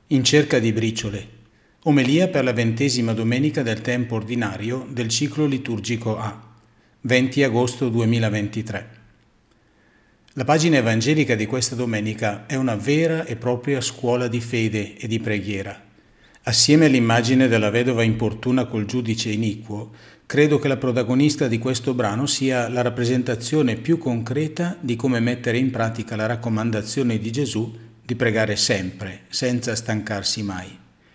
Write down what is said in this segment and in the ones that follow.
In cerca di briciole. Omelia per la 20ª domenica del tempo ordinario del ciclo liturgico A, 20 agosto 2023. La pagina evangelica di questa domenica è una vera e propria scuola di fede e di preghiera. Assieme all'immagine della vedova importuna col giudice iniquo, credo che la protagonista di questo brano sia la rappresentazione più concreta di come mettere in pratica la raccomandazione di Gesù di pregare sempre, senza stancarsi mai.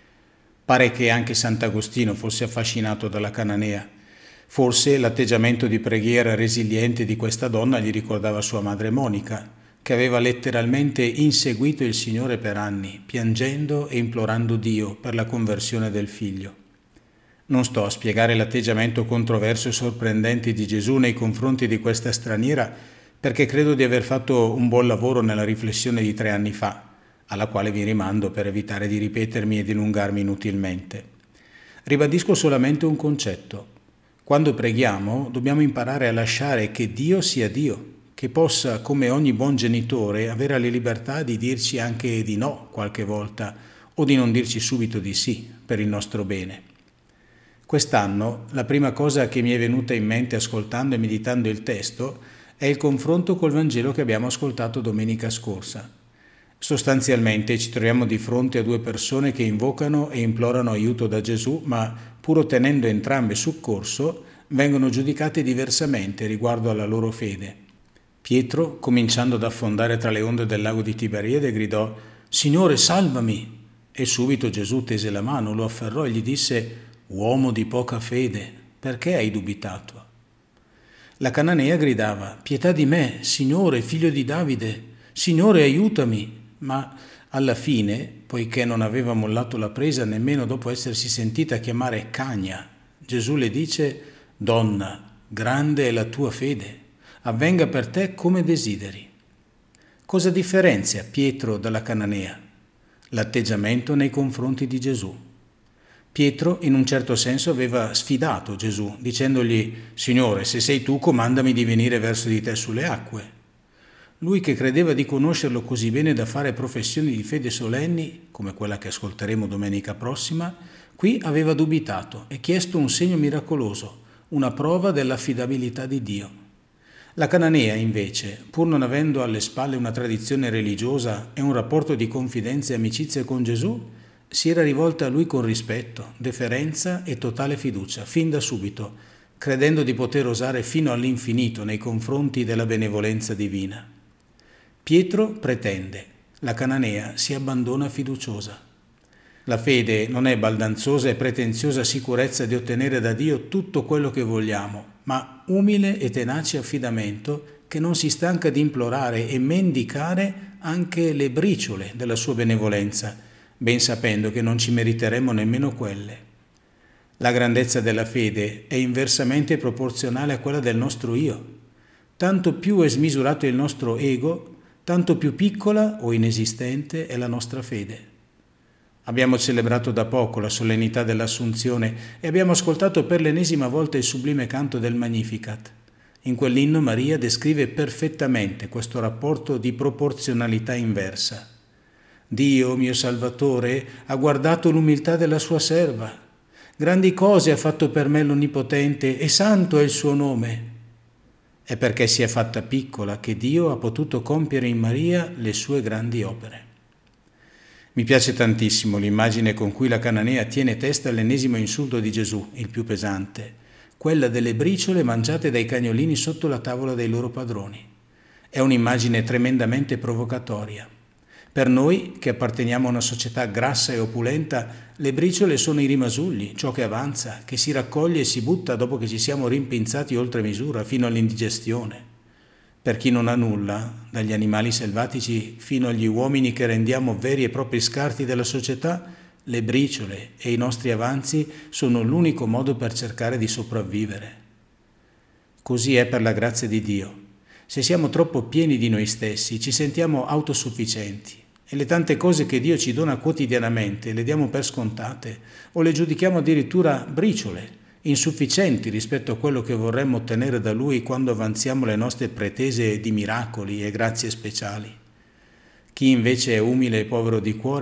Pare che anche Sant'Agostino fosse affascinato dalla cananea. Forse l'atteggiamento di preghiera resiliente di questa donna gli ricordava sua madre Monica, che aveva letteralmente inseguito il Signore per anni, piangendo e implorando Dio per la conversione del figlio. Non sto a spiegare l'atteggiamento controverso e sorprendente di Gesù nei confronti di questa straniera, perché credo di aver fatto un buon lavoro nella riflessione di 3 anni fa, alla quale vi rimando per evitare di ripetermi e dilungarmi inutilmente. Ribadisco solamente un concetto. Quando preghiamo dobbiamo imparare a lasciare che Dio sia Dio, che possa, come ogni buon genitore, avere la libertà di dirci anche di no qualche volta o di non dirci subito di sì per il nostro bene. Quest'anno la prima cosa che mi è venuta in mente ascoltando e meditando il testo è il confronto col Vangelo che abbiamo ascoltato domenica scorsa. Sostanzialmente ci troviamo di fronte a 2 persone che invocano e implorano aiuto da Gesù, ma pur ottenendo entrambe soccorso, vengono giudicate diversamente riguardo alla loro fede. Pietro, cominciando ad affondare tra le onde del lago di Tiberiade, gridò: «Signore, salvami!» E subito Gesù tese la mano, lo afferrò e gli disse: «Uomo di poca fede, perché hai dubitato?» La cananea gridava: «Pietà di me, Signore, figlio di Davide! Signore, aiutami!» Ma alla fine, poiché non aveva mollato la presa nemmeno dopo essersi sentita chiamare cagna, Gesù le dice: «Donna, grande è la tua fede, avvenga per te come desideri». Cosa differenzia Pietro dalla cananea? L'atteggiamento nei confronti di Gesù. Pietro, in un certo senso, aveva sfidato Gesù, dicendogli: «Signore, se sei tu, comandami di venire verso di te sulle acque». Lui, che credeva di conoscerlo così bene da fare professioni di fede solenni, come quella che ascolteremo domenica prossima, qui aveva dubitato e chiesto un segno miracoloso, una prova dell'affidabilità di Dio. La cananea, invece, pur non avendo alle spalle una tradizione religiosa e un rapporto di confidenza e amicizia con Gesù, si era rivolta a lui con rispetto, deferenza e totale fiducia, fin da subito, credendo di poter osare fino all'infinito nei confronti della benevolenza divina. Pietro pretende, la cananea si abbandona fiduciosa. La fede non è baldanzosa e pretenziosa sicurezza di ottenere da Dio tutto quello che vogliamo, ma umile e tenace affidamento che non si stanca di implorare e mendicare anche le briciole della sua benevolenza, ben sapendo che non ci meriteremo nemmeno quelle. La grandezza della fede è inversamente proporzionale a quella del nostro io. Tanto più è smisurato il nostro ego, tanto più piccola o inesistente è la nostra fede. Abbiamo celebrato da poco la solennità dell'Assunzione e abbiamo ascoltato per l'ennesima volta il sublime canto del Magnificat. In quell'inno Maria descrive perfettamente questo rapporto di proporzionalità inversa. Dio, mio Salvatore, ha guardato l'umiltà della sua serva. Grandi cose ha fatto per me l'Onnipotente e santo è il suo nome. È perché si è fatta piccola che Dio ha potuto compiere in Maria le sue grandi opere. Mi piace tantissimo l'immagine con cui la cananea tiene testa all'ennesimo insulto di Gesù, il più pesante, quella delle briciole mangiate dai cagnolini sotto la tavola dei loro padroni. È un'immagine tremendamente provocatoria. Per noi, che apparteniamo a una società grassa e opulenta, le briciole sono i rimasugli, ciò che avanza, che si raccoglie e si butta dopo che ci siamo rimpinzati oltre misura, fino all'indigestione. Per chi non ha nulla, dagli animali selvatici fino agli uomini che rendiamo veri e propri scarti della società, le briciole e i nostri avanzi sono l'unico modo per cercare di sopravvivere. Così è per la grazia di Dio. Se siamo troppo pieni di noi stessi, ci sentiamo autosufficienti e le tante cose che Dio ci dona quotidianamente le diamo per scontate o le giudichiamo addirittura briciole, insufficienti rispetto a quello che vorremmo ottenere da Lui quando avanziamo le nostre pretese di miracoli e grazie speciali. Chi invece è umile e povero di cuore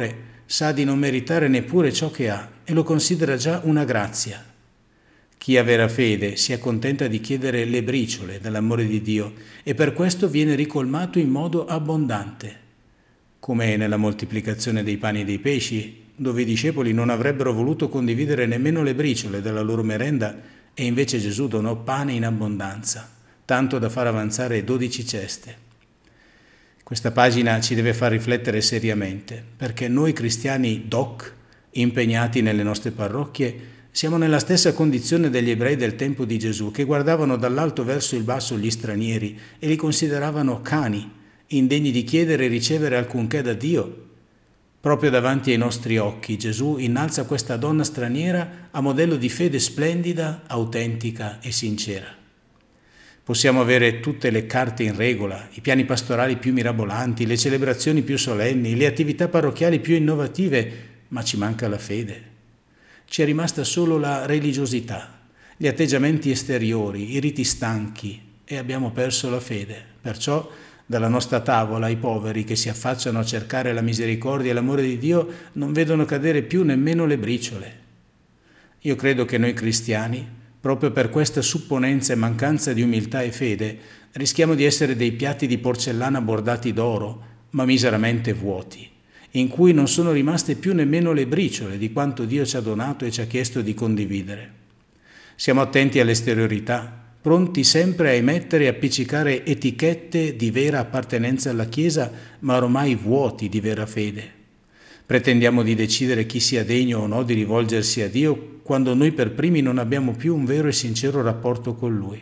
sa di non meritare neppure ciò che ha e lo considera già una grazia. Chi ha vera fede si accontenta di chiedere le briciole dall'amore di Dio e per questo viene ricolmato in modo abbondante, come nella moltiplicazione dei pani e dei pesci, dove i discepoli non avrebbero voluto condividere nemmeno le briciole della loro merenda e invece Gesù donò pane in abbondanza, tanto da far avanzare 12 ceste. Questa pagina ci deve far riflettere seriamente, perché noi cristiani doc, impegnati nelle nostre parrocchie, siamo nella stessa condizione degli ebrei del tempo di Gesù, che guardavano dall'alto verso il basso gli stranieri e li consideravano cani, indegni di chiedere e ricevere alcunché da Dio. Proprio davanti ai nostri occhi Gesù innalza questa donna straniera a modello di fede splendida, autentica e sincera. Possiamo avere tutte le carte in regola, i piani pastorali più mirabolanti, le celebrazioni più solenni, le attività parrocchiali più innovative, ma ci manca la fede. Ci è rimasta solo la religiosità, gli atteggiamenti esteriori, i riti stanchi e abbiamo perso la fede. Perciò dalla nostra tavola i poveri che si affacciano a cercare la misericordia e l'amore di Dio non vedono cadere più nemmeno le briciole. Io credo che noi cristiani, proprio per questa supponenza e mancanza di umiltà e fede, rischiamo di essere dei piatti di porcellana bordati d'oro, ma miseramente vuoti, in cui non sono rimaste più nemmeno le briciole di quanto Dio ci ha donato e ci ha chiesto di condividere. Siamo attenti all'esteriorità, pronti sempre a emettere e appiccicare etichette di vera appartenenza alla Chiesa, ma ormai vuoti di vera fede. Pretendiamo di decidere chi sia degno o no di rivolgersi a Dio quando noi per primi non abbiamo più un vero e sincero rapporto con Lui.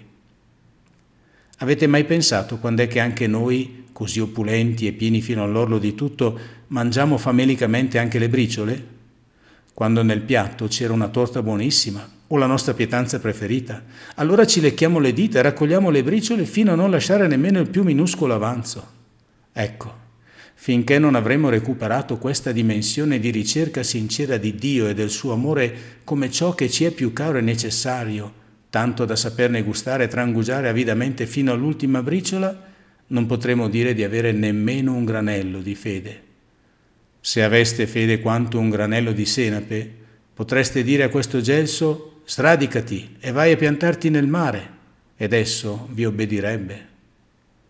Avete mai pensato quando è che anche noi, così opulenti e pieni fino all'orlo di tutto, mangiamo famelicamente anche le briciole? Quando nel piatto c'era una torta buonissima o la nostra pietanza preferita, allora ci lecchiamo le dita e raccogliamo le briciole fino a non lasciare nemmeno il più minuscolo avanzo. Ecco, finché non avremo recuperato questa dimensione di ricerca sincera di Dio e del suo amore come ciò che ci è più caro e necessario, tanto da saperne gustare e trangugiare avidamente fino all'ultima briciola, non potremo dire di avere nemmeno un granello di fede. Se aveste fede quanto un granello di senape, potreste dire a questo gelso: sradicati e vai a piantarti nel mare, ed esso vi obbedirebbe.